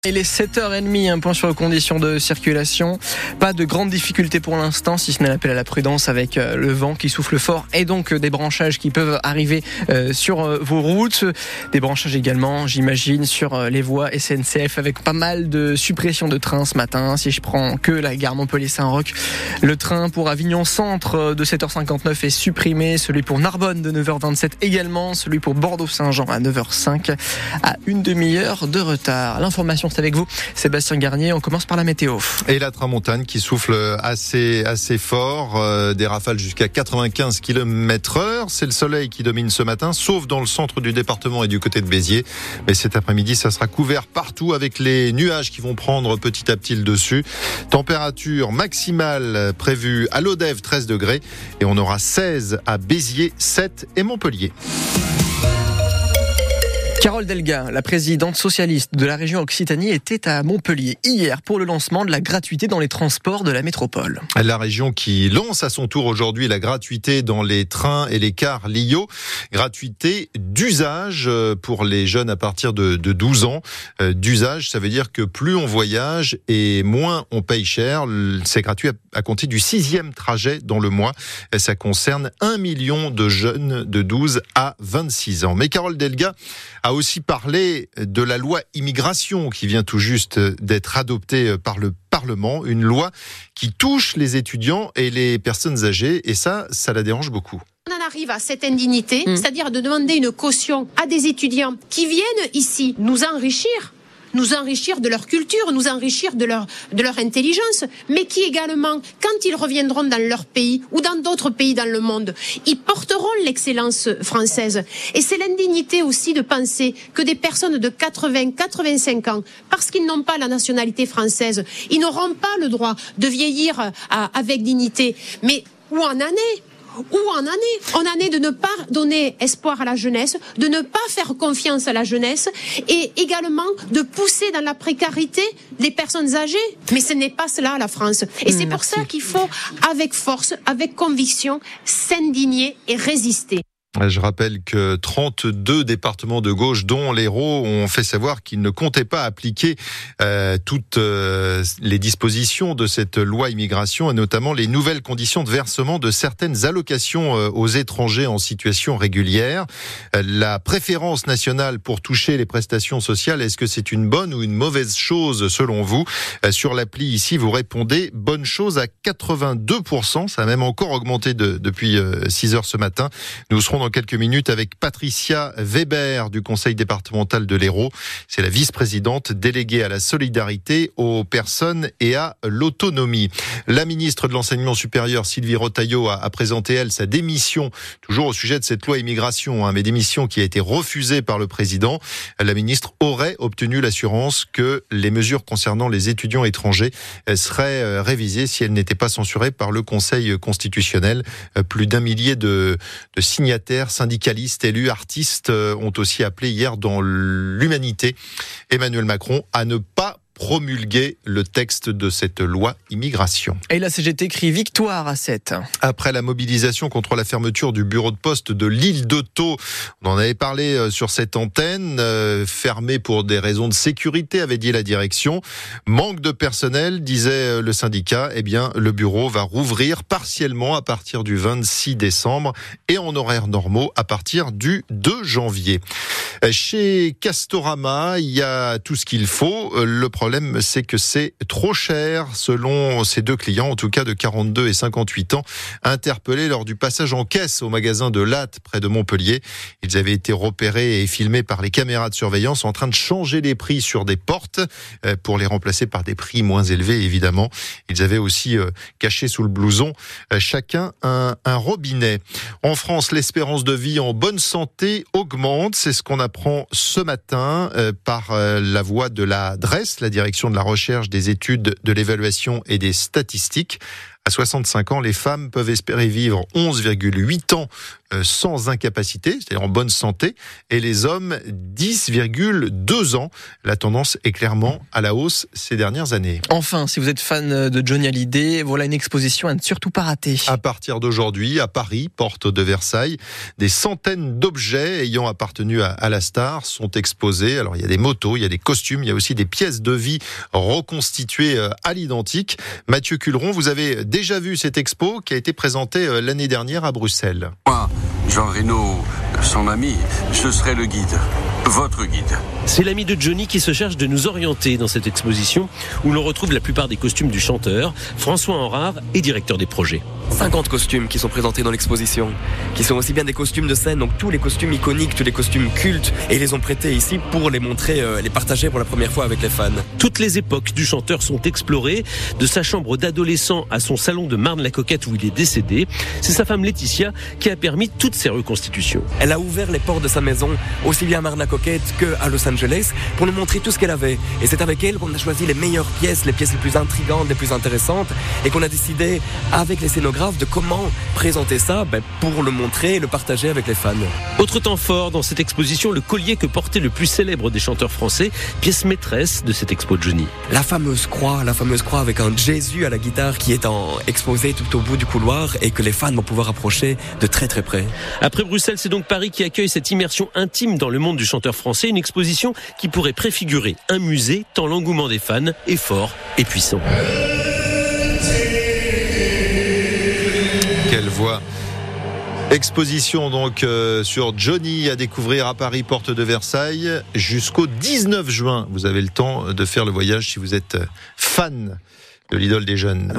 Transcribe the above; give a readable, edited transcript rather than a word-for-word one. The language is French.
Il est 7h30, un point sur les conditions de circulation. Pas de grandes difficultés pour l'instant, si ce n'est l'appel à la prudence avec le vent qui souffle fort et donc des branchages qui peuvent arriver sur vos routes. Des branchages également, j'imagine, sur les voies SNCF avec pas mal de suppressions de trains ce matin. Si je prends que la gare Montpellier-Saint-Roch, le train pour Avignon Centre de 7h59 est supprimé. Celui pour Narbonne de 9h27 également. Celui pour Bordeaux-Saint-Jean à 9h05 à une demi-heure de retard. L'information, c'est avec vous, Sébastien Garnier. On commence par la météo. Et la tramontane qui souffle assez fort, des rafales jusqu'à 95 km/h. C'est le soleil qui domine ce matin, sauf dans le centre du département et du côté de Béziers. Mais cet après-midi, ça sera couvert partout avec les nuages qui vont prendre petit à petit le dessus. Température maximale prévue à Lodève, 13 degrés. Et on aura 16 à Béziers, 7 et Montpellier. Carole Delga, la présidente socialiste de la région Occitanie, était à Montpellier hier pour le lancement de la gratuité dans les transports de la métropole. La région qui lance à son tour aujourd'hui la gratuité dans les trains et les cars LIO. Gratuité d'usage pour les jeunes à partir de 12 ans. D'usage, ça veut dire que plus on voyage et moins on paye cher. C'est gratuit à compter du 6e trajet dans le mois. Ça concerne 1 million de jeunes de 12 à 26 ans. Mais Carole Delga a aussi parlé de la loi immigration qui vient tout juste d'être adoptée par le Parlement, une loi qui touche les étudiants et les personnes âgées, et ça la dérange beaucoup. On en arrive à cette indignité, c'est-à-dire de demander une caution à des étudiants qui viennent ici nous enrichir de leur culture, nous enrichir de leur intelligence, mais qui également, quand ils reviendront dans leur pays ou dans d'autres pays dans le monde, ils porteront l'excellence française. Et c'est l'indignité aussi de penser que des personnes de 80, 85 ans, parce qu'ils n'ont pas la nationalité française, ils n'auront pas le droit de vieillir avec dignité. Mais où en est de ne pas donner espoir à la jeunesse, de ne pas faire confiance à la jeunesse et également de pousser dans la précarité les personnes âgées. Mais ce n'est pas cela la France. Et c'est pour ça qu'il faut, avec force, avec conviction, s'indigner et résister. Je rappelle que 32 départements de gauche, dont l'Hérault, ont fait savoir qu'ils ne comptaient pas appliquer toutes les dispositions de cette loi immigration, et notamment les nouvelles conditions de versement de certaines allocations aux étrangers en situation régulière. La préférence nationale pour toucher les prestations sociales, est-ce que c'est une bonne ou une mauvaise chose selon vous ? Sur l'appli ici, vous répondez bonne chose à 82%. Ça a même encore augmenté depuis 6 heures ce matin. Nous serons dans quelques minutes avec Patricia Weber du conseil départemental de l'Hérault. C'est la vice-présidente déléguée à la solidarité, aux personnes et à l'autonomie. La ministre de l'enseignement supérieur, Sylvie Retailleau, a présenté, elle, sa démission, toujours au sujet de cette loi immigration, mais démission qui a été refusée par le président. La ministre aurait obtenu l'assurance que les mesures concernant les étudiants étrangers seraient révisées si elles n'étaient pas censurées par le Conseil constitutionnel. Plus d'1 millier de signataires, syndicalistes, élus, artistes ont aussi appelé hier dans l'Humanité Emmanuel Macron à ne pas promulguer le texte de cette loi immigration. Et la CGT crie victoire à 7. Après la mobilisation contre la fermeture du bureau de poste de l'île de Thau, on en avait parlé sur cette antenne, fermé pour des raisons de sécurité, avait dit la direction. Manque de personnel, disait le syndicat, eh bien le bureau va rouvrir partiellement à partir du 26 décembre et en horaires normaux à partir du 2 janvier. Chez Castorama, il y a tout ce qu'il faut. Le problème, c'est que c'est trop cher, selon ces deux clients, en tout cas de 42 et 58 ans, interpellés lors du passage en caisse au magasin de Latte, près de Montpellier. Ils avaient été repérés et filmés par les caméras de surveillance en train de changer les prix sur des portes pour les remplacer par des prix moins élevés, évidemment. Ils avaient aussi caché sous le blouson chacun un robinet. En France, l'espérance de vie en bonne santé augmente. C'est ce qu'on apprend ce matin par la voix de la DREES, la Direction de la recherche, des études, de l'évaluation et des statistiques. À 65 ans, les femmes peuvent espérer vivre 11,8 ans sans incapacité, c'est-à-dire en bonne santé, et les hommes 10,2 ans. La tendance est clairement à la hausse ces dernières années. Enfin, si vous êtes fan de Johnny Hallyday, voilà une exposition à ne surtout pas rater. À partir d'aujourd'hui, à Paris, porte de Versailles, des centaines d'objets ayant appartenu à la star sont exposés. Alors il y a des motos, il y a des costumes, il y a aussi des pièces de vie reconstituées à l'identique. Mathieu Culeron, vous avez déjà vu cette expo qui a été présentée l'année dernière à Bruxelles. Moi, Jean Reno, son ami, ce serait le guide. Votre guide. C'est l'ami de Johnny qui se charge de nous orienter dans cette exposition où l'on retrouve la plupart des costumes du chanteur. François Henrard est directeur des projets. 50 costumes qui sont présentés dans l'exposition, qui sont aussi bien des costumes de scène, donc tous les costumes iconiques, tous les costumes cultes, et ils les ont prêtés ici pour les montrer, les partager pour la première fois avec les fans. Toutes les époques du chanteur sont explorées, de sa chambre d'adolescent à son salon de Marne-la-Coquette où il est décédé. C'est sa femme Laetitia qui a permis toutes ces reconstitutions. Elle a ouvert les portes de sa maison, aussi bien à Marne-la-Coquette qu'à Los Angeles, pour nous montrer tout ce qu'elle avait. Et c'est avec elle qu'on a choisi les meilleures pièces, les pièces les plus intrigantes, les plus intéressantes, et qu'on a décidé, avec les scénographes, de comment présenter ça pour le montrer et le partager avec les fans. Autre temps fort dans cette exposition, le collier que portait le plus célèbre des chanteurs français, pièce maîtresse de cette expo de Johnny. La fameuse croix avec un Jésus à la guitare qui est exposé tout au bout du couloir et que les fans vont pouvoir approcher de très très près. Après Bruxelles, c'est donc Paris qui accueille cette immersion intime dans le monde du chanteur français, une exposition qui pourrait préfigurer un musée tant l'engouement des fans est fort et puissant. Quelle voix! Exposition donc sur Johnny à découvrir à Paris, porte de Versailles, jusqu'au 19 juin. Vous avez le temps de faire le voyage si vous êtes fan de l'idole des jeunes.